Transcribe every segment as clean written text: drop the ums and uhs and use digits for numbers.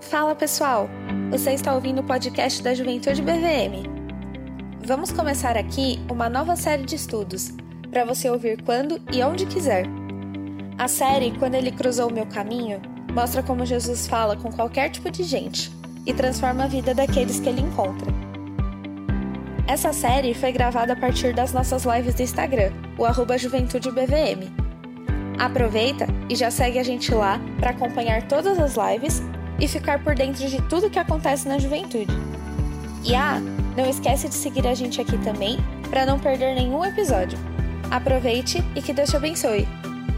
Fala pessoal, você está ouvindo o podcast da Juventude BVM. Vamos começar aqui uma nova série de estudos, para você ouvir quando e onde quiser. A série Quando Ele Cruzou o Meu Caminho mostra como Jesus fala com qualquer tipo de gente e transforma a vida daqueles que ele encontra. Essa série foi gravada a partir das nossas lives do Instagram, o @JuventudeBVM. Aproveita e já segue a gente lá para acompanhar todas as lives e ficar por dentro de tudo que acontece na juventude. E não esquece de seguir a gente aqui também para não perder nenhum episódio. Aproveite e que Deus te abençoe.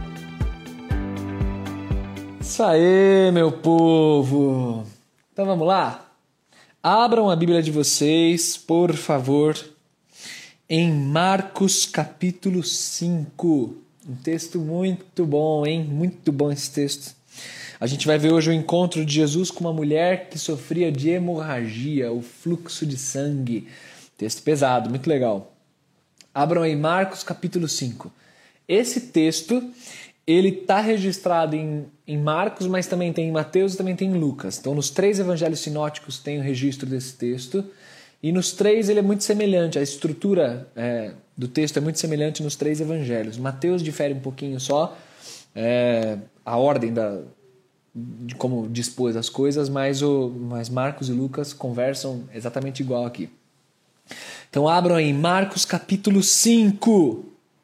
Isso aí, meu povo! Então vamos lá? Abram a Bíblia de vocês, por favor, em Marcos capítulo 5. Um texto muito bom, hein? Muito bom esse texto. A gente vai ver hoje o encontro de Jesus com uma mulher que sofria de hemorragia, o fluxo de sangue. Texto pesado, muito legal. Abram aí Marcos capítulo 5. Esse texto, ele está registrado em Marcos, mas também tem em Mateus e também tem em Lucas. Então, nos 3 evangelhos sinóticos tem o registro desse texto. E nos 3 ele é muito semelhante, a estrutura do texto é muito semelhante nos 3 evangelhos. Mateus difere um pouquinho só, a ordem de como dispôs as coisas, mas Marcos e Lucas conversam exatamente igual aqui. Então abram aí Marcos capítulo 5.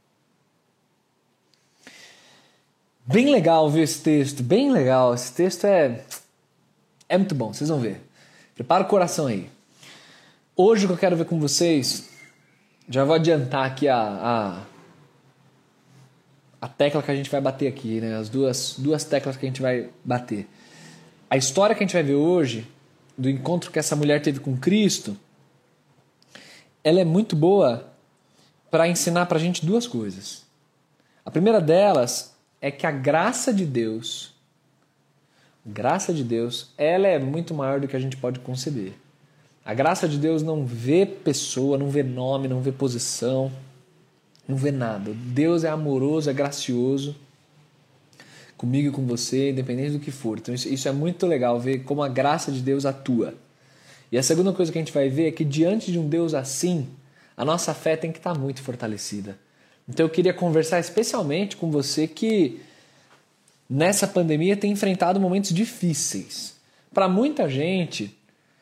Bem legal ver esse texto, bem legal. Esse texto é muito bom, vocês vão ver. Prepara o coração aí. Hoje o que eu quero ver com vocês, já vou adiantar aqui a tecla que a gente vai bater aqui, né? As duas teclas que a gente vai bater. A história que a gente vai ver hoje, do encontro que essa mulher teve com Cristo, ela é muito boa para ensinar para a gente 2 coisas. A primeira delas é que a graça de Deus, ela é muito maior do que a gente pode conceber. A graça de Deus não vê pessoa, não vê nome, não vê posição, não vê nada. Deus é amoroso, é gracioso comigo e com você, independente do que for. Então isso é muito legal, ver como a graça de Deus atua. E a segunda coisa que a gente vai ver é que diante de um Deus assim, a nossa fé tem que estar muito fortalecida. Então eu queria conversar especialmente com você que nessa pandemia tem enfrentado momentos difíceis. Para muita gente,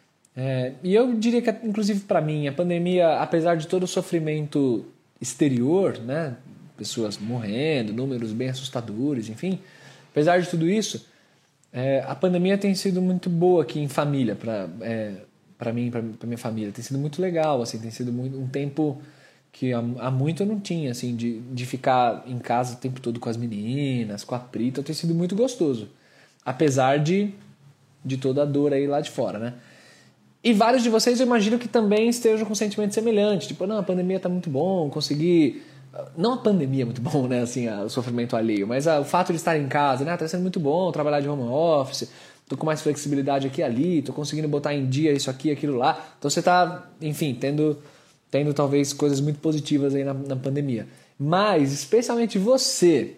e eu diria que inclusive para mim, a pandemia, apesar de todo o sofrimento exterior, né, pessoas morrendo, números bem assustadores, enfim, apesar de tudo isso, a pandemia tem sido muito boa aqui em família, para mim, para minha família, tem sido muito legal, assim, tem sido um tempo que há muito eu não tinha, assim, de ficar em casa o tempo todo com as meninas, com a Prita, tem sido muito gostoso, apesar de toda a dor aí lá de fora, né? E vários de vocês eu imagino que também estejam com um sentimento semelhante. Tipo, não, a pandemia tá muito bom, consegui... Não a pandemia é muito bom, né, assim, o sofrimento alheio, mas o fato de estar em casa, né, tá sendo muito bom, trabalhar de home office, tô com mais flexibilidade aqui e ali, tô conseguindo botar em dia isso aqui, aquilo lá. Então você tá, enfim, tendo talvez coisas muito positivas aí na pandemia. Mas, especialmente você,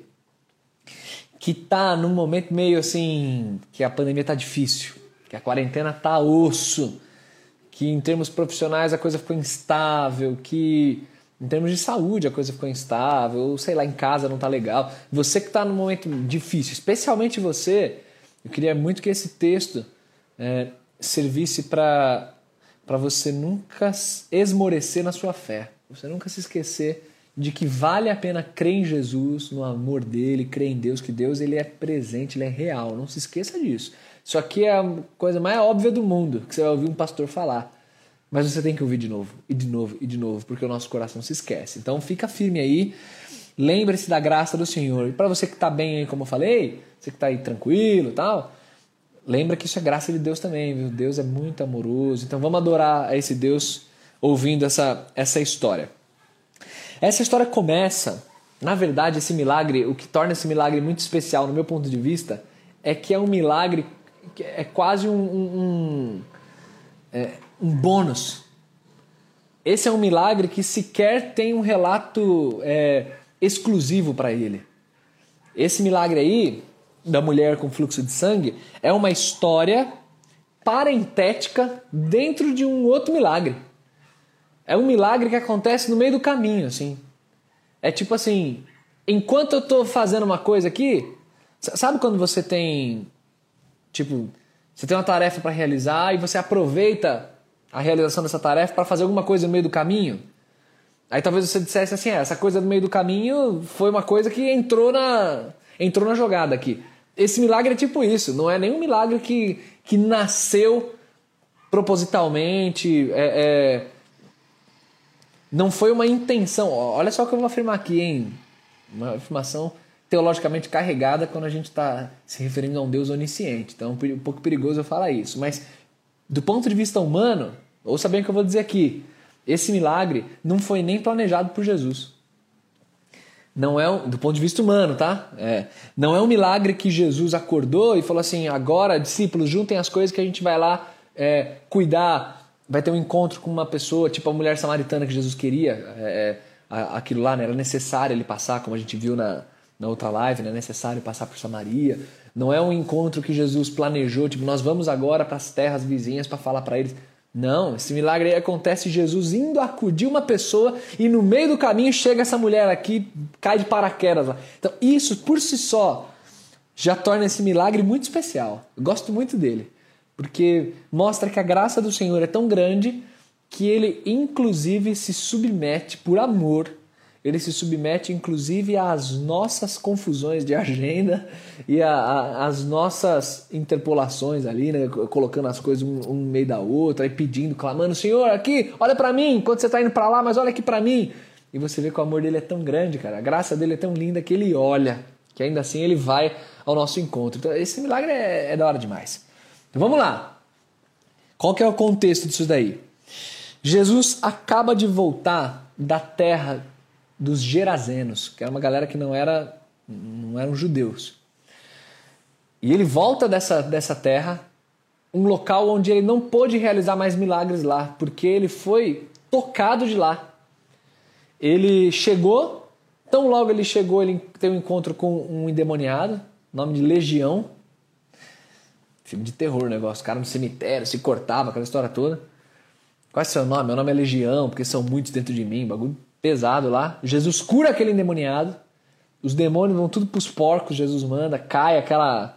que tá num momento meio assim, que a pandemia tá difícil, que a quarentena tá osso, que em termos profissionais a coisa ficou instável, que em termos de saúde a coisa ficou instável, ou sei lá, em casa não tá legal. Você que está num momento difícil, especialmente você, eu queria muito que esse texto servisse para você nunca esmorecer na sua fé, você nunca se esquecer de que vale a pena crer em Jesus, no amor dele, crer em Deus, que Deus ele é presente, ele é real, não se esqueça disso. Isso aqui é a coisa mais óbvia do mundo, que você vai ouvir um pastor falar. Mas você tem que ouvir de novo, e de novo, e de novo, porque o nosso coração se esquece. Então fica firme aí, lembre-se da graça do Senhor. E para você que está bem aí, como eu falei, você que está aí tranquilo e tal, lembra que isso é graça de Deus também, viu? Deus é muito amoroso. Então vamos adorar a esse Deus ouvindo essa história. Essa história começa, na verdade, esse milagre, o que torna esse milagre muito especial, no meu ponto de vista, é que é um milagre, é quase um bônus. Esse é um milagre que sequer tem um relato exclusivo para ele. Esse milagre aí, da mulher com fluxo de sangue, é uma história parentética dentro de um outro milagre. É um milagre que acontece no meio do caminho, assim. É tipo assim, enquanto eu tô fazendo uma coisa aqui, sabe quando você tem, tipo, você tem uma tarefa para realizar e você aproveita a realização dessa tarefa para fazer alguma coisa no meio do caminho? Aí talvez você dissesse assim, essa coisa no meio do caminho foi uma coisa que entrou na jogada aqui. Esse milagre é tipo isso, não é nenhum milagre que nasceu propositalmente, não foi uma intenção. Olha só o que eu vou afirmar aqui, hein? Uma afirmação teologicamente carregada quando a gente está se referindo a um Deus onisciente. Então é um pouco perigoso eu falar isso. Mas do ponto de vista humano, ouça bem o que eu vou dizer aqui. Esse milagre não foi nem planejado por Jesus. Não é do ponto de vista humano, tá? Não é um milagre que Jesus acordou e falou assim, agora, discípulos, juntem as coisas que a gente vai lá cuidar, vai ter um encontro com uma pessoa, tipo a mulher samaritana que Jesus queria, aquilo lá, né? Era necessário ele passar, como a gente viu na outra live, né? É necessário passar por Samaria. Não é um encontro que Jesus planejou, tipo, nós vamos agora para as terras vizinhas para falar para eles. Não, esse milagre aí acontece Jesus indo acudir uma pessoa e no meio do caminho chega essa mulher aqui, cai de paraquedas lá. Então isso por si só já torna esse milagre muito especial. Eu gosto muito dele, porque mostra que a graça do Senhor é tão grande que ele inclusive se submete por amor. Ele se submete, inclusive, às nossas confusões de agenda e às nossas interpolações ali, né? Colocando as coisas um no meio da outra e pedindo, clamando, Senhor, aqui, olha para mim, enquanto você está indo para lá, mas olha aqui para mim. E você vê que o amor dele é tão grande, cara. A graça dele é tão linda que ele olha, que ainda assim ele vai ao nosso encontro. Então, esse milagre é da hora demais. Então, vamos lá. Qual que é o contexto disso daí? Jesus acaba de voltar da terra dos Gerazenos, que era uma galera que não eram judeus. E ele volta dessa terra, um local onde ele não pôde realizar mais milagres lá, porque ele foi tocado de lá. Ele chegou, tão logo ele chegou, ele teve um encontro com um endemoniado, nome de Legião. Filme de terror o negócio, o cara no cemitério, se cortava, aquela história toda. Qual é o seu nome? Meu nome é Legião, porque são muitos dentro de mim, bagulho pesado lá. Jesus cura aquele endemoniado. Os demônios vão tudo pros porcos, Jesus manda. Cai aquele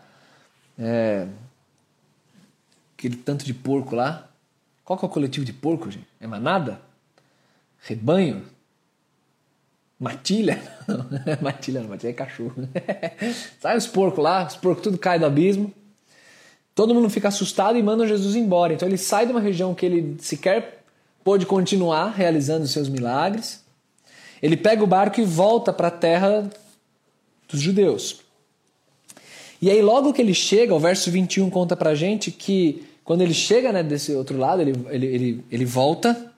tanto de porco lá. Qual que é o coletivo de porco, gente? É manada? Rebanho? Matilha? Matilha é cachorro. Sai os porcos lá, os porcos tudo cai do abismo. Todo mundo fica assustado e manda Jesus embora. Então ele sai de uma região que ele sequer pôde continuar realizando os seus milagres. Ele pega o barco e volta para a terra dos judeus. E aí logo que ele chega, o verso 21 conta pra gente que quando ele chega, né, desse outro lado, ele volta.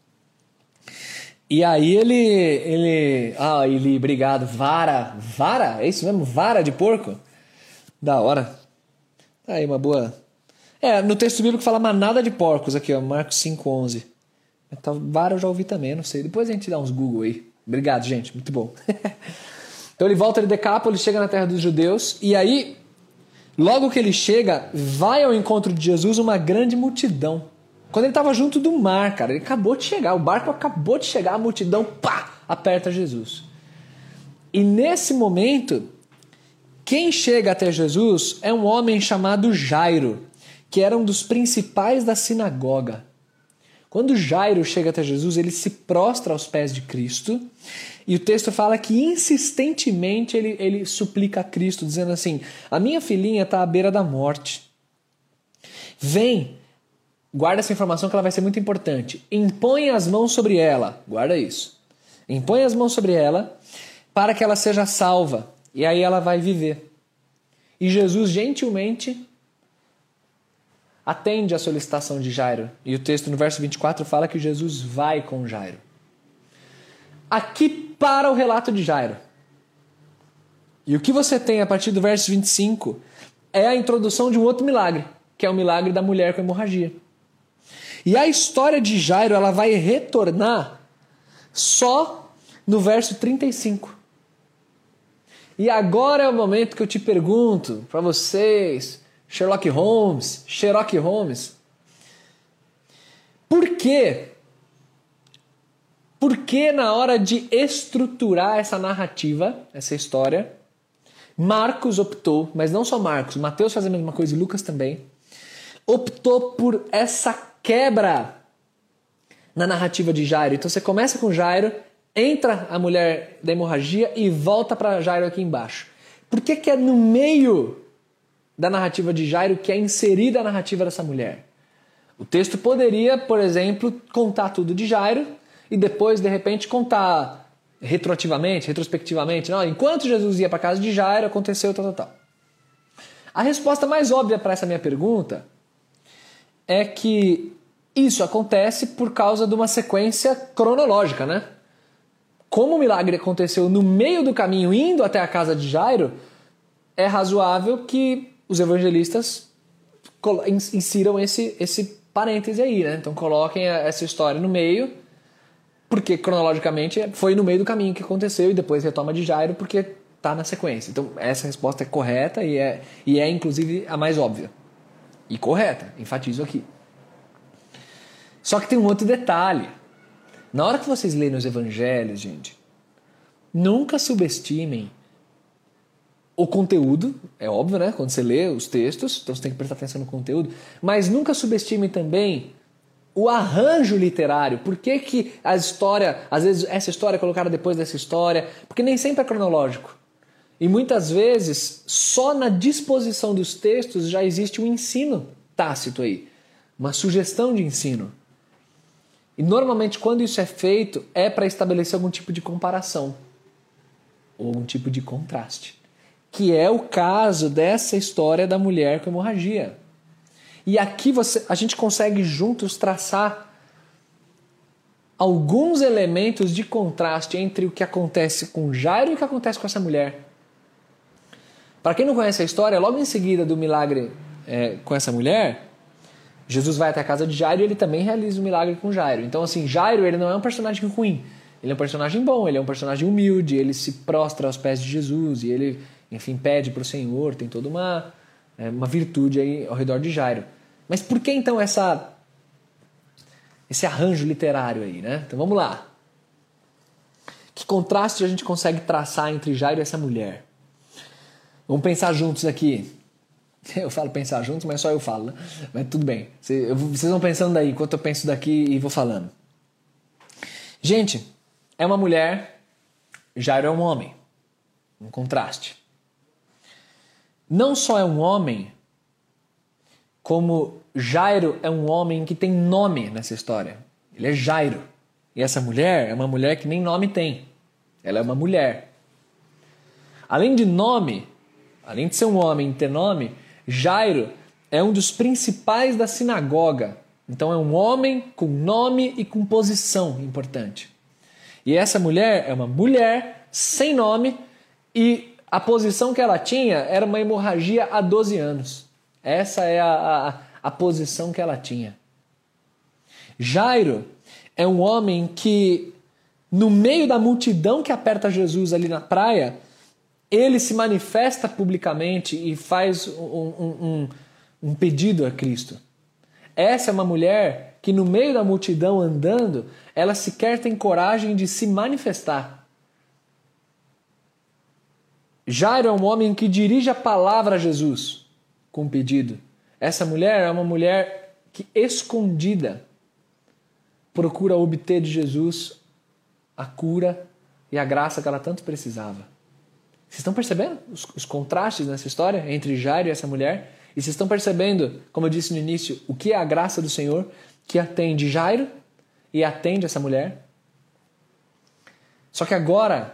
E aí obrigado, vara, é isso mesmo? Vara de porco? Da hora. Aí uma boa... no texto bíblico fala manada de porcos aqui, ó, Marcos 5:11. Vara eu já ouvi também, não sei. Depois a gente dá uns Google aí. Obrigado, gente. Muito bom. Então ele volta de Decápolis, chega na terra dos judeus. E aí, logo que ele chega, vai ao encontro de Jesus uma grande multidão. Quando ele estava junto do mar, cara, ele acabou de chegar. O barco acabou de chegar, a multidão, aperta Jesus. E nesse momento, quem chega até Jesus é um homem chamado Jairo, que era um dos principais da sinagoga. Quando Jairo chega até Jesus, ele se prostra aos pés de Cristo e o texto fala que insistentemente ele suplica a Cristo, dizendo assim, a minha filhinha está à beira da morte. Vem, guarda essa informação que ela vai ser muito importante. Impõe as mãos sobre ela, guarda isso. Impõe as mãos sobre ela para que ela seja salva e aí ela vai viver. E Jesus gentilmente atende à solicitação de Jairo. E o texto no verso 24 fala que Jesus vai com Jairo. Aqui para o relato de Jairo. E o que você tem a partir do verso 25 é a introdução de um outro milagre, que é o milagre da mulher com hemorragia. E a história de Jairo ela vai retornar só no verso 35. E agora é o momento que eu te pergunto para vocês... Sherlock Holmes, Por quê? Porque na hora de estruturar essa narrativa, essa história, Marcos optou, mas não só Marcos, Mateus faz a mesma coisa e Lucas também, optou por essa quebra na narrativa de Jairo. Então você começa com Jairo, entra a mulher da hemorragia e volta para Jairo aqui embaixo. Por que é no meio da narrativa de Jairo que é inserida a narrativa dessa mulher? O texto poderia, por exemplo, contar tudo de Jairo e depois, de repente, contar retrospectivamente. Não, enquanto Jesus ia para a casa de Jairo, aconteceu tal. A resposta mais óbvia para essa minha pergunta é que isso acontece por causa de uma sequência cronológica, né? Como o milagre aconteceu no meio do caminho, indo até a casa de Jairo, é razoável que os evangelistas insiram esse parêntese aí, né? Então coloquem essa história no meio, porque cronologicamente foi no meio do caminho que aconteceu e depois retoma de Jairo porque está na sequência. Então essa resposta é correta e é inclusive a mais óbvia. E correta, enfatizo aqui. Só que tem um outro detalhe. Na hora que vocês lerem os evangelhos, gente, nunca subestimem o conteúdo, é óbvio, né? Quando você lê os textos, então você tem que prestar atenção no conteúdo, mas nunca subestimem também o arranjo literário. Por que a história, às vezes essa história é colocada depois dessa história? Porque nem sempre é cronológico. E muitas vezes, só na disposição dos textos já existe um ensino tácito aí, uma sugestão de ensino. E normalmente quando isso é feito é para estabelecer algum tipo de comparação ou algum tipo de contraste, que é o caso dessa história da mulher com hemorragia. E aqui a gente consegue juntos traçar alguns elementos de contraste entre o que acontece com Jairo e o que acontece com essa mulher. Para quem não conhece a história, logo em seguida do milagre com essa mulher, Jesus vai até a casa de Jairo e ele também realiza o milagre com Jairo. Então, assim, Jairo ele não é um personagem ruim. Ele é um personagem bom, ele é um personagem humilde, ele se prostra aos pés de Jesus e ele, enfim, pede para o Senhor, tem toda uma virtude aí ao redor de Jairo. Mas por que então esse arranjo literário aí, né? Então vamos lá. Que contraste a gente consegue traçar entre Jairo e essa mulher? Vamos pensar juntos aqui. Eu falo pensar juntos, mas só eu falo, né? Mas tudo bem. Vocês vão pensando daí, enquanto eu penso daqui e vou falando. Gente, é uma mulher, Jairo é um homem. Um contraste. Não só é um homem, como Jairo é um homem que tem nome nessa história. Ele é Jairo. E essa mulher é uma mulher que nem nome tem. Ela é uma mulher. Além de nome, além de ser um homem e ter nome, Jairo é um dos principais da sinagoga. Então é um homem com nome e com posição importante. E essa mulher é uma mulher sem nome e a posição que ela tinha era uma hemorragia há 12 anos. Essa é a posição que ela tinha. Jairo é um homem que, no meio da multidão que aperta Jesus ali na praia, ele se manifesta publicamente e faz um pedido a Cristo. Essa é uma mulher que no meio da multidão andando, ela sequer tem coragem de se manifestar. Jairo é um homem que dirige a palavra a Jesus com um pedido. Essa mulher é uma mulher que, escondida, procura obter de Jesus a cura e a graça que ela tanto precisava. Vocês estão percebendo os contrastes nessa história entre Jairo e essa mulher? E vocês estão percebendo, como eu disse no início, o que é a graça do Senhor que atende Jairo e atende essa mulher? Só que agora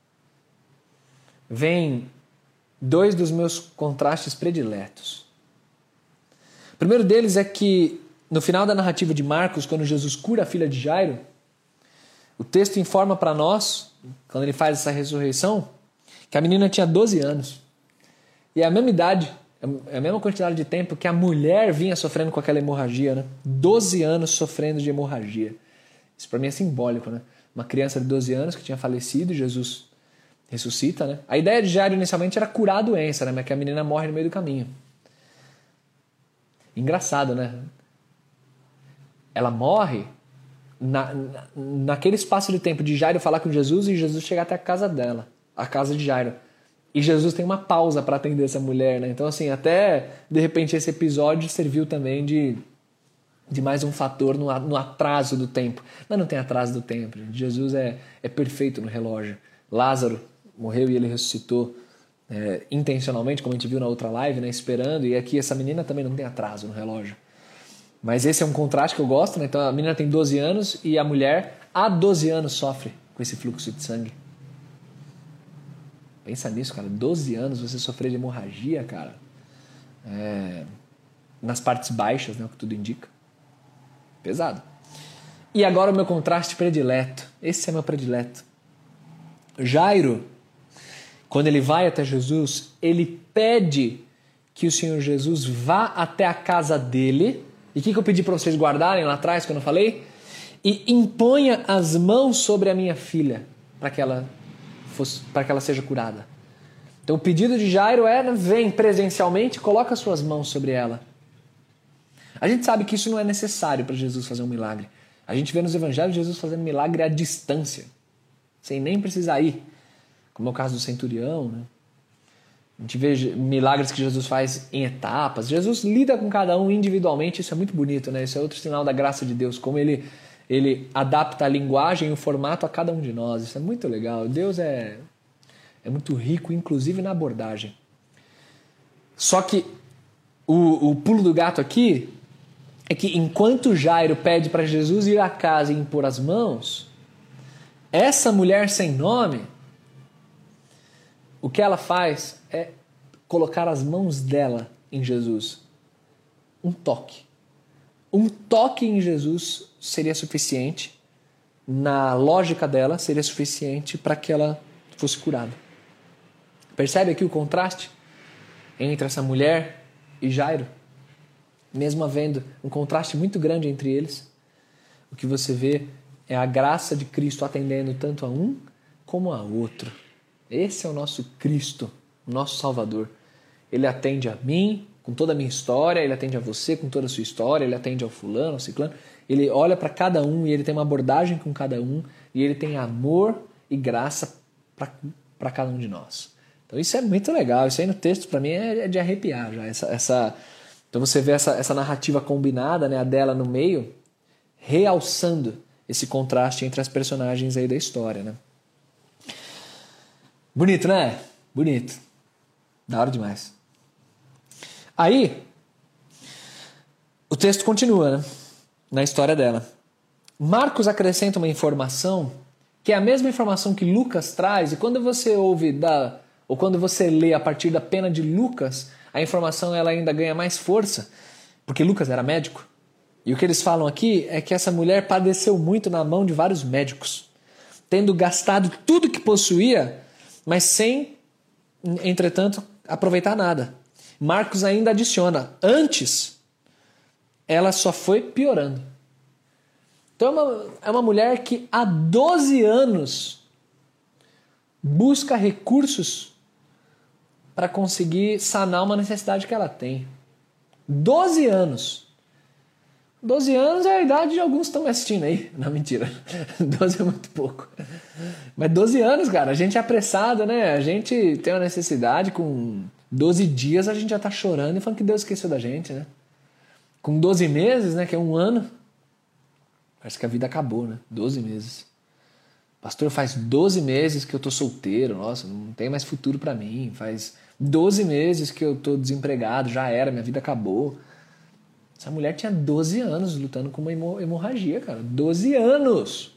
vem dois dos meus contrastes prediletos. O primeiro deles é que no final da narrativa de Marcos, quando Jesus cura a filha de Jairo, o texto informa para nós, quando ele faz essa ressurreição, que a menina tinha 12 anos. E é a mesma idade, é a mesma quantidade de tempo que a mulher vinha sofrendo com aquela hemorragia, né? 12 anos sofrendo de hemorragia. Isso para mim é simbólico, né? Uma criança de 12 anos que tinha falecido e Jesus ressuscita, né? A ideia de Jairo inicialmente era curar a doença, né? Mas que a menina morre no meio do caminho. Engraçado, né? ela morre naquele espaço de tempo de Jairo falar com Jesus e Jesus chegar até a casa dela, a casa de Jairo. E Jesus tem uma pausa para atender essa mulher, né? Então, assim, até de repente esse episódio serviu também de mais um fator no atraso do tempo. Mas não tem atraso do tempo, gente. Jesus é perfeito no relógio. Lázaro morreu e ele ressuscitou intencionalmente, como a gente viu na outra live, né? Esperando. E aqui essa menina também não tem atraso no relógio. Mas esse é um contraste que eu gosto, né? Então a menina tem 12 anos e a mulher há 12 anos sofre com esse fluxo de sangue. Pensa nisso, cara. 12 anos você sofrer de hemorragia, cara. Nas partes baixas, né? O que tudo indica. Pesado. E agora o meu contraste predileto. Esse é meu predileto. Jairo, quando ele vai até Jesus, ele pede que o Senhor Jesus vá até a casa dele. E o que eu pedi para vocês guardarem lá atrás, quando eu falei? E imponha as mãos sobre a minha filha, para que ela seja curada. Então o pedido de Jairo vem presencialmente e coloca suas mãos sobre ela. A gente sabe que isso não é necessário para Jesus fazer um milagre. A gente vê nos evangelhos Jesus fazendo milagre à distância, sem nem precisar ir, como é o caso do centurião, né? A gente vê milagres que Jesus faz em etapas. Jesus lida com cada um individualmente, isso é muito bonito, né? Isso é outro sinal da graça de Deus, como ele adapta a linguagem e o formato a cada um de nós. Isso é muito legal. Deus é muito rico, inclusive na abordagem. Só que o pulo do gato aqui é que enquanto Jairo pede para Jesus ir à casa e impor as mãos, essa mulher sem nome, o que ela faz é colocar as mãos dela em Jesus. Um toque. Um toque em Jesus seria suficiente, na lógica dela, seria suficiente para que ela fosse curada. Percebe aqui o contraste entre essa mulher e Jairo? Mesmo havendo um contraste muito grande entre eles, o que você vê é a graça de Cristo atendendo tanto a um como a outro. Esse é o nosso Cristo, o nosso Salvador. Ele atende a mim com toda a minha história, ele atende a você com toda a sua história, ele atende ao fulano, ao ciclano. Ele olha para cada um e ele tem uma abordagem com cada um e ele tem amor e graça para cada um de nós. Então isso é muito legal, isso aí no texto para mim é de arrepiar já. Então você vê essa narrativa combinada, né, a dela no meio, realçando esse contraste entre as personagens aí da história, né? Bonito, né? Bonito. Da hora demais. Aí, o texto continua, né? Na história dela. Marcos acrescenta uma informação que é a mesma informação que Lucas traz, e quando você ou quando você lê a partir da pena de Lucas, a informação ela ainda ganha mais força, porque Lucas era médico. E o que eles falam aqui é que essa mulher padeceu muito na mão de vários médicos, tendo gastado tudo que possuía, mas sem, entretanto, aproveitar nada. Marcos ainda adiciona, antes, ela só foi piorando. Então é uma mulher que há 12 anos busca recursos para conseguir sanar uma necessidade que ela tem. 12 anos. 12 anos é a idade de alguns que estão me assistindo aí. Não, mentira. 12 é muito pouco. Mas 12 anos, cara, a gente é apressado, né? A gente tem uma necessidade, com 12 dias a gente já tá chorando e falando que Deus esqueceu da gente, né? Com 12 meses, né, que é um ano, parece que a vida acabou, né? 12 meses. Pastor, faz 12 meses que eu tô solteiro, nossa, não tem mais futuro para mim. Faz 12 meses que eu tô desempregado, já era, minha vida acabou. Essa mulher tinha 12 anos lutando com uma hemorragia, cara. 12 anos!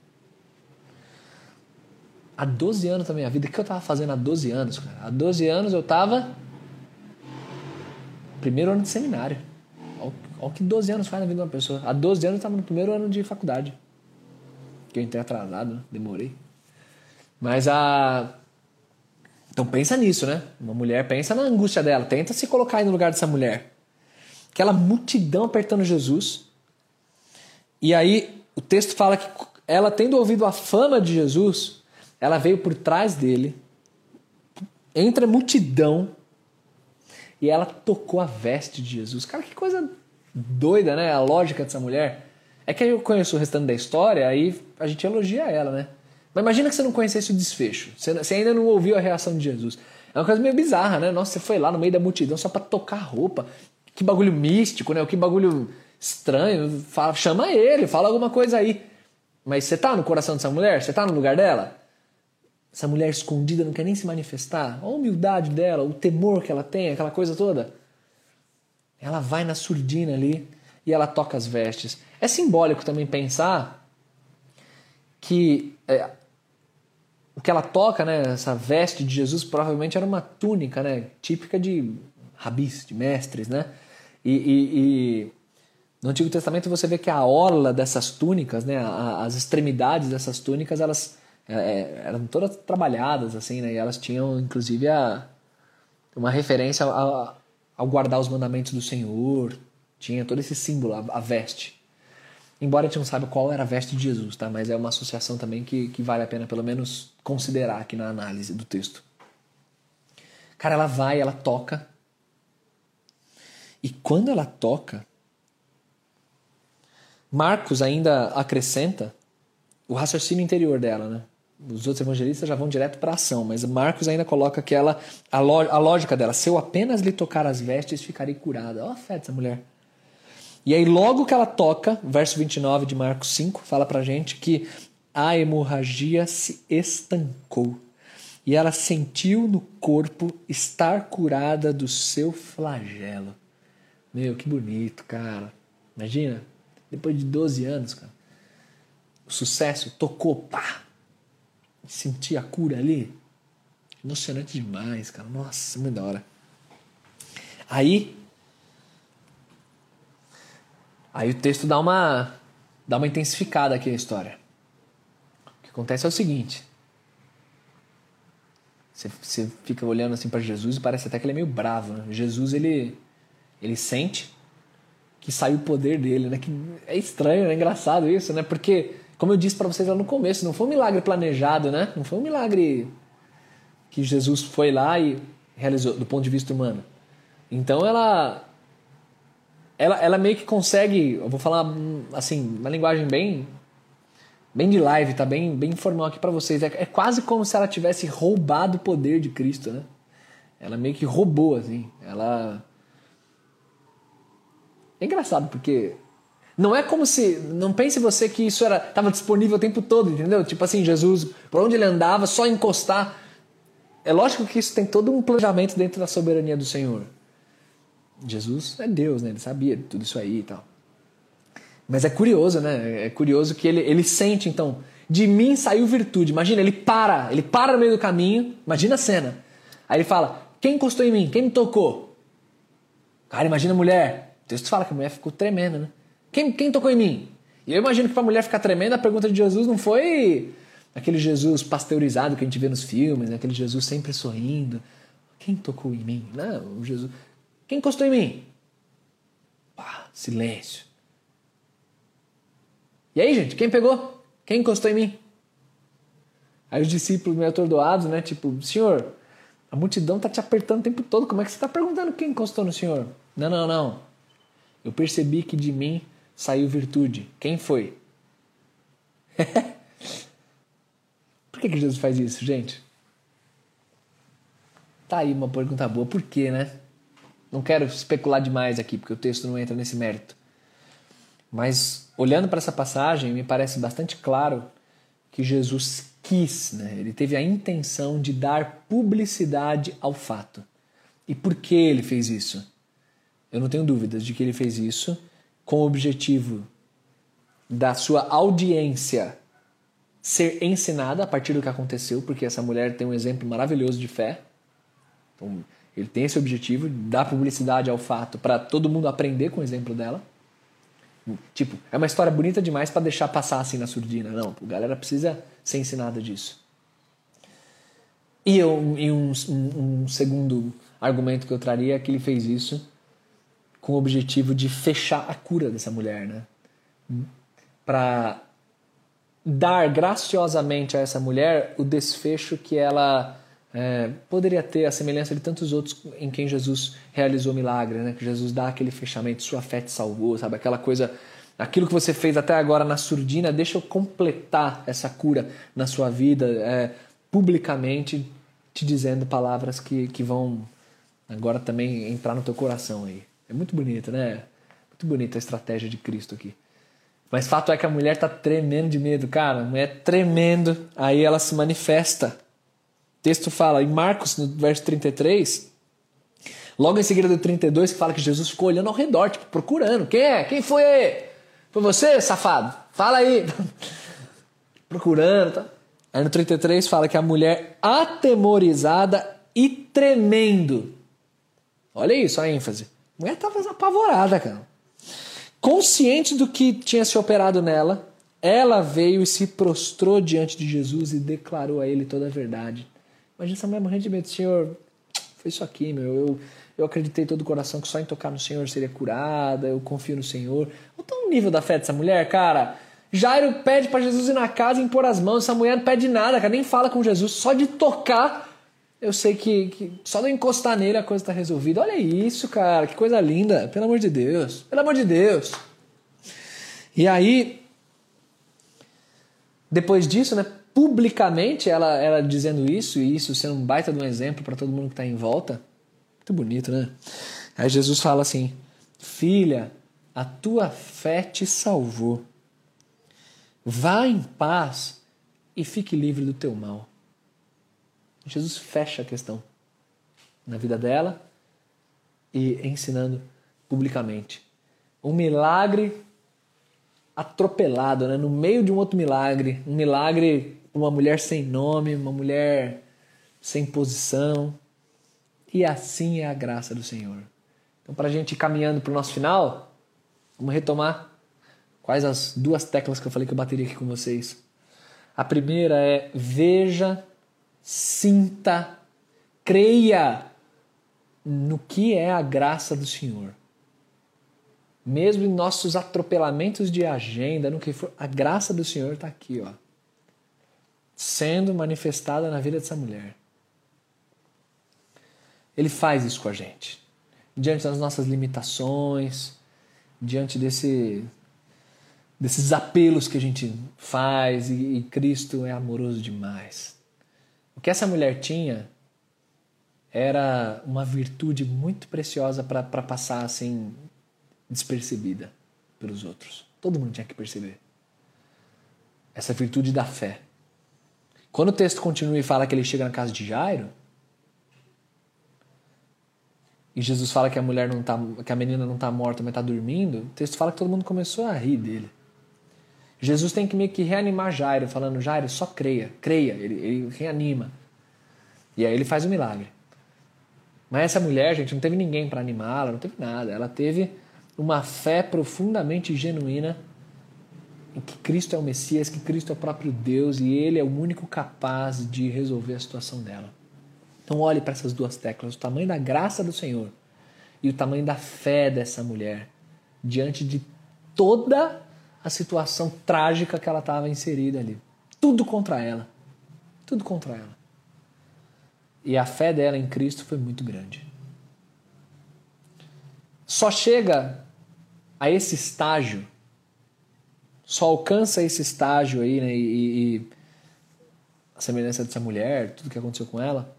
Há 12 anos da minha vida, o que eu tava fazendo há 12 anos, cara? Há 12 anos eu tava primeiro ano de seminário. Olha o que 12 anos faz na vida de uma pessoa. Há 12 anos eu tava no primeiro ano de faculdade. Que eu entrei atrasado, né? Demorei. Mas Então pensa nisso, né? Uma mulher, pensa na angústia dela. Tenta se colocar aí no lugar dessa mulher. Aquela multidão apertando Jesus. E aí o texto fala que ela, tendo ouvido a fama de Jesus, ela veio por trás dele, entre a multidão, e ela tocou a veste de Jesus. Cara, que coisa doida, né? A lógica dessa mulher. É que eu conheço o restante da história, aí a gente elogia ela, né? Mas imagina que você não conhecesse o desfecho. Você ainda não ouviu a reação de Jesus. É uma coisa meio bizarra, né? Nossa, você foi lá no meio da multidão só pra tocar roupa. Que bagulho místico, né? Que bagulho estranho. Chama ele, fala alguma coisa aí. Mas você tá no coração dessa mulher? Você tá no lugar dela? Essa mulher escondida não quer nem se manifestar. Olha a humildade dela, o temor que ela tem, aquela coisa toda. Ela vai na surdina ali e ela toca as vestes. É simbólico também pensar que o que ela toca, né, essa veste de Jesus, provavelmente era uma túnica, né, típica de rabis, de mestres, né? E no Antigo Testamento você vê que a orla dessas túnicas, né, as extremidades dessas túnicas, elas eram todas trabalhadas, assim, né? E elas tinham, inclusive, uma referência ao guardar os mandamentos do Senhor. Tinha todo esse símbolo, a veste. Embora a gente não saiba qual era a veste de Jesus, tá? Mas é uma associação também que vale a pena, pelo menos, considerar aqui na análise do texto. Cara, ela vai, ela toca. E quando ela toca, Marcos ainda acrescenta o raciocínio interior dela, né? Os outros evangelistas já vão direto para a ação, mas Marcos ainda coloca que a lógica dela, se eu apenas lhe tocar as vestes, ficarei curada. Olha a fé dessa mulher. E aí logo que ela toca, verso 29 de Marcos 5, fala pra gente que a hemorragia se estancou e ela sentiu no corpo estar curada do seu flagelo. Meu, que bonito, cara. Imagina, depois de 12 anos, cara, o sucesso tocou, pá, senti a cura ali. Emocionante demais, cara. Nossa, muito da hora. Aí o texto dá uma intensificada aqui na história. O que acontece é o seguinte. Você fica olhando assim para Jesus e parece até que ele é meio bravo, né? Jesus, ele sente que saiu o poder dele, né? Que é estranho, é engraçado isso, né? Porque, como eu disse para vocês lá no começo, não foi um milagre planejado, né? Não foi um milagre que Jesus foi lá e realizou do ponto de vista humano. Então ela meio que consegue, eu vou falar assim, uma linguagem bem de live, tá? Bem informal aqui para vocês. É quase como se ela tivesse roubado o poder de Cristo, né? Ela meio que roubou, assim. É engraçado, porque não é como se... Não pense você que isso estava disponível o tempo todo, entendeu? Tipo assim, Jesus, por onde ele andava, só encostar. É lógico que isso tem todo um planejamento dentro da soberania do Senhor. Jesus é Deus, né? Ele sabia de tudo isso aí e tal. Mas é curioso, né? É curioso que ele sente, então, de mim saiu virtude. Imagina, ele para no meio do caminho. Imagina a cena. Aí ele fala, quem encostou em mim? Quem me tocou? Cara, imagina a mulher. O texto fala que a mulher ficou tremenda, né? Quem tocou em mim? E eu imagino que para a mulher ficar tremenda, a pergunta de Jesus não foi aquele Jesus pasteurizado que a gente vê nos filmes, né? Aquele Jesus sempre sorrindo. Quem tocou em mim? Não, o Jesus... Quem encostou em mim? Pá, silêncio. E aí, gente, quem pegou? Quem encostou em mim? Aí os discípulos meio atordoados, né? Tipo, Senhor, a multidão tá te apertando o tempo todo. Como é que você tá perguntando quem encostou no Senhor? Não. Eu percebi que de mim saiu virtude. Quem foi? Por que Jesus faz isso, gente? Tá aí uma pergunta boa. Por quê, né? Não quero especular demais aqui, porque o texto não entra nesse mérito. Mas, olhando para essa passagem, me parece bastante claro que Jesus quis, né? Ele teve a intenção de dar publicidade ao fato. E por que ele fez isso? Eu não tenho dúvidas de que ele fez isso com o objetivo da sua audiência ser ensinada a partir do que aconteceu, porque essa mulher tem um exemplo maravilhoso de fé. Então, ele tem esse objetivo de dar publicidade ao fato para todo mundo aprender com o exemplo dela. Tipo, é uma história bonita demais para deixar passar assim na surdina. Não, a galera precisa ser ensinada disso. E um segundo argumento que eu traria é que ele fez isso com o objetivo de fechar a cura dessa mulher, né? Para dar graciosamente a essa mulher o desfecho que ela poderia ter, a semelhança de tantos outros em quem Jesus realizou milagre, né? Que Jesus dá aquele fechamento, sua fé te salvou, sabe? Aquela coisa Aquilo que você fez até agora na surdina, deixa eu completar essa cura na sua vida, publicamente te dizendo palavras que vão agora também entrar no teu coração aí. É muito bonito, né? Muito bonita a estratégia de Cristo aqui. Mas fato é que a mulher tá tremendo de medo, cara. A mulher tremendo, aí ela se manifesta. O texto fala, em Marcos, no verso 33, logo em seguida do 32, que fala que Jesus ficou olhando ao redor, tipo, procurando. Quem é? Quem foi? Foi você, safado? Fala aí. Procurando, tá? Aí no 33 fala que a mulher atemorizada e tremendo. Olha isso, a ênfase. A mulher estava apavorada, cara. Consciente do que tinha se operado nela, ela veio e se prostrou diante de Jesus e declarou a ele toda a verdade. Imagina essa mulher morrendo de medo. Senhor, foi isso aqui, meu. Eu acreditei todo o coração que só em tocar no Senhor seria curada. Eu confio no Senhor. Olha o nível da fé dessa mulher, cara. Jairo pede para Jesus ir na casa e impor as mãos. Essa mulher não pede nada, cara. Nem fala com Jesus. Só de tocar, eu sei que só de eu encostar nele a coisa está resolvida. Olha isso, cara. Que coisa linda. Pelo amor de Deus. Pelo amor de Deus. E aí, depois disso, né, publicamente, ela dizendo isso, e isso sendo um baita de um exemplo para todo mundo que está em volta. Muito bonito, né? Aí Jesus fala assim, filha, a tua fé te salvou. Vá em paz e fique livre do teu mal. Jesus fecha a questão na vida dela e ensinando publicamente. Um milagre atropelado, né? No meio de um outro milagre. Um milagre para uma mulher sem nome, uma mulher sem posição. E assim é a graça do Senhor. Então, para a gente ir caminhando para o nosso final, vamos retomar quais as duas teclas que eu falei que eu bateria aqui com vocês. A primeira é veja, sinta, creia no que é a graça do Senhor. Mesmo em nossos atropelamentos de agenda, no que for, a graça do Senhor está aqui, ó, sendo manifestada na vida dessa mulher. Ele faz isso com a gente. Diante das nossas limitações, diante desses apelos que a gente faz, e Cristo é amoroso demais. O que essa mulher tinha era uma virtude muito preciosa para passar assim despercebida pelos outros. Todo mundo tinha que perceber. Essa virtude da fé. Quando o texto continua e fala que ele chega na casa de Jairo, e Jesus fala que a mulher não tá, que a menina não está morta, mas está dormindo, o texto fala que todo mundo começou a rir dele. Jesus tem que meio que reanimar Jairo, falando, Jairo, só creia, ele reanima. E aí ele faz o milagre. Mas essa mulher, gente, não teve ninguém para animá-la, não teve nada. Ela teve uma fé profundamente genuína em que Cristo é o Messias, que Cristo é o próprio Deus e Ele é o único capaz de resolver a situação dela. Então olhe para essas duas teclas, o tamanho da graça do Senhor e o tamanho da fé dessa mulher diante de toda a situação trágica que ela estava inserida ali. Tudo contra ela. Tudo contra ela. E a fé dela em Cristo foi muito grande. Só chega a esse estágio, só alcança esse estágio aí, né, e a semelhança dessa mulher, tudo que aconteceu com ela,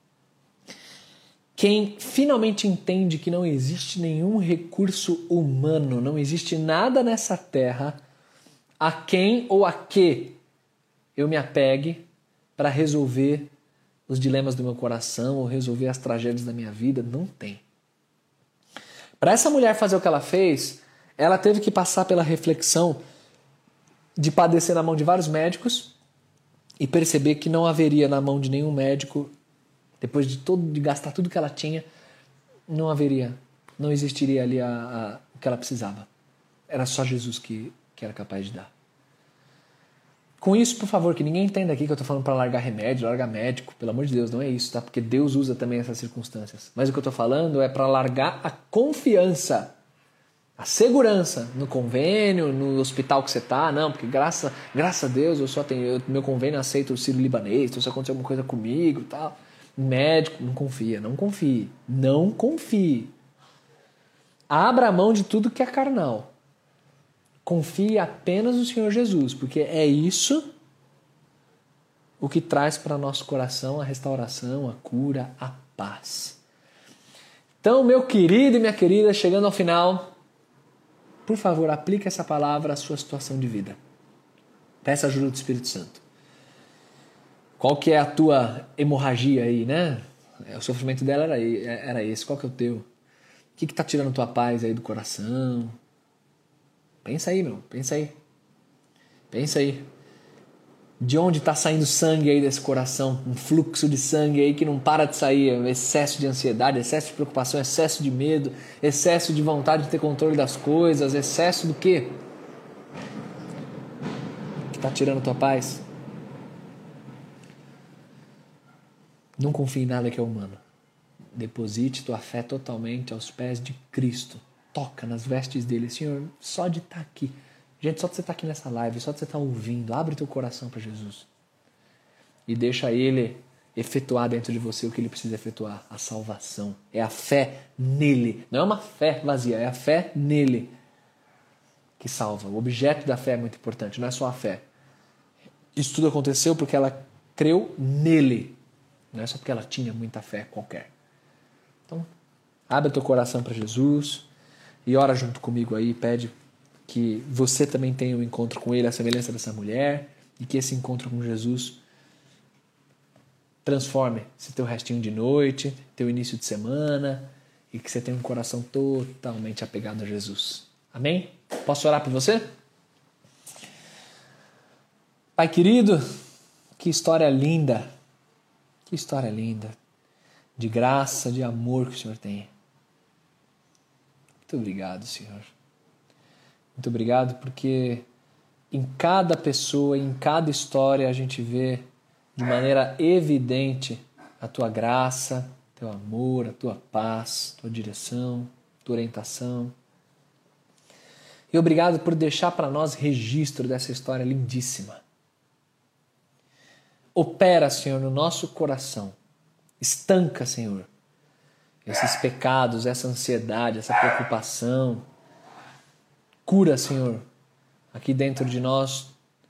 quem finalmente entende que não existe nenhum recurso humano, não existe nada nessa terra a quem ou a que eu me apegue para resolver os dilemas do meu coração ou resolver as tragédias da minha vida, não tem. Para essa mulher fazer o que ela fez, ela teve que passar pela reflexão de padecer na mão de vários médicos e perceber que não haveria na mão de nenhum médico, depois de gastar tudo que ela tinha, não existiria ali o que ela precisava. Era só Jesus que era capaz de dar. Com isso, por favor, que ninguém entenda aqui que eu estou falando para largar remédio, largar médico, pelo amor de Deus, não é isso, tá? Porque Deus usa também essas circunstâncias. Mas o que eu estou falando é para largar a confiança, a segurança no convênio, no hospital que você está, não, porque graças a Deus meu convênio aceita o sírio-libanês, então se acontecer alguma coisa comigo e tal. Médico, não confie. Abra mão de tudo que é carnal. confie apenas no Senhor Jesus, porque é isso o que traz para nosso coração a restauração, a cura, a paz. Então, meu querido e minha querida, chegando ao final, por favor, aplique essa palavra à sua situação de vida. Peça ajuda do Espírito Santo. Qual que é a tua hemorragia aí, né? O sofrimento dela era esse. Qual que é o teu? O que está tirando tua paz aí do coração? Pensa aí, meu. Pensa aí. Pensa aí. De onde está saindo sangue aí desse coração? Um fluxo de sangue aí que não para de sair. Excesso de ansiedade, excesso de preocupação, excesso de medo, excesso de vontade de ter controle das coisas, excesso do quê? Que está tirando tua paz? Não confie em nada que é humano. Deposite tua fé totalmente aos pés de Cristo. Toca nas vestes dele. Senhor, só de estar aqui. Gente, só de você estar aqui nessa live, só de você estar ouvindo, abre teu coração para Jesus. E deixa Ele efetuar dentro de você o que Ele precisa efetuar. A salvação. É a fé nele. Não é uma fé vazia, é a fé nele que salva. O objeto da fé é muito importante, não é só a fé. Isso tudo aconteceu porque ela creu nele. Não é só porque ela tinha muita fé qualquer. Então, abre teu coração para Jesus e ora junto comigo aí, pede que você também tenha um encontro com Ele, a semelhança dessa mulher, e que esse encontro com Jesus transforme esse teu restinho de noite, teu início de semana, e que você tenha um coração totalmente apegado a Jesus. Amém? Posso orar por você? Pai querido, que história linda, de graça, de amor que o Senhor tem. Muito obrigado, Senhor. Muito obrigado porque em cada pessoa, em cada história a gente vê de maneira evidente a Tua graça, Teu amor, a Tua paz, Tua direção, Tua orientação. E obrigado por deixar para nós registro dessa história lindíssima. Opera, Senhor, no nosso coração. Estanca, Senhor, esses pecados, essa ansiedade, essa preocupação. Cura, Senhor, aqui dentro de nós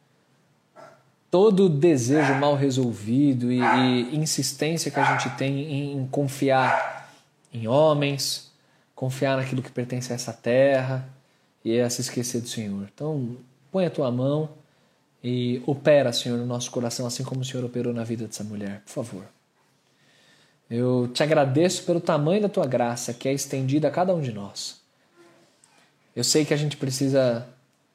todo desejo mal resolvido e insistência que a gente tem em confiar em homens, confiar naquilo que pertence a essa terra e a se esquecer do Senhor. Então, põe a Tua mão e opera, Senhor, no nosso coração, assim como o Senhor operou na vida dessa mulher. Por favor. Eu te agradeço pelo tamanho da Tua graça que é estendida a cada um de nós. Eu sei que a gente precisa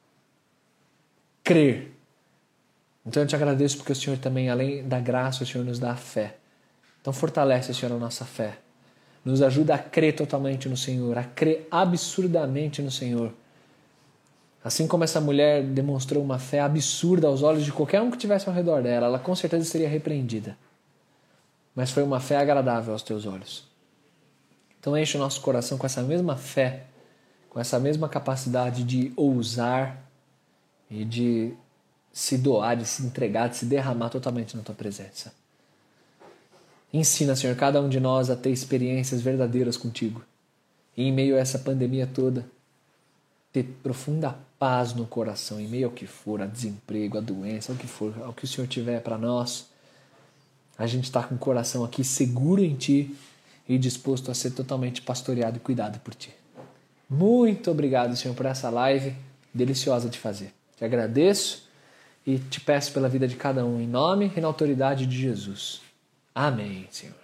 crer. Então eu te agradeço porque o Senhor também, além da graça, o Senhor nos dá a fé. Então fortalece, Senhor, a nossa fé. Nos ajuda a crer totalmente no Senhor, a crer absurdamente no Senhor. Assim como essa mulher demonstrou uma fé absurda aos olhos de qualquer um que estivesse ao redor dela, ela com certeza seria repreendida. Mas foi uma fé agradável aos Teus olhos. Então enche o nosso coração com essa mesma fé, com essa mesma capacidade de ousar e de se doar, de se entregar, de se derramar totalmente na Tua presença. Ensina, Senhor, cada um de nós a ter experiências verdadeiras contigo. E em meio a essa pandemia toda, ter profunda paz no coração, em meio ao que for, a desemprego, a doença, ao que for, ao que o Senhor tiver para nós. A gente está com o coração aqui seguro em Ti e disposto a ser totalmente pastoreado e cuidado por Ti. Muito obrigado, Senhor, por essa live deliciosa de fazer. Te agradeço e te peço pela vida de cada um, em nome e na autoridade de Jesus. Amém, Senhor.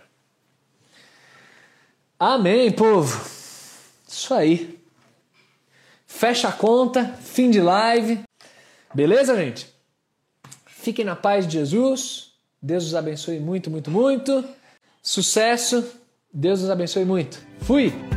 Amém, povo. Isso aí. Fecha a conta, fim de live. Beleza, gente? Fiquem na paz de Jesus. Deus os abençoe muito, muito, muito. Sucesso. Deus os abençoe muito. Fui!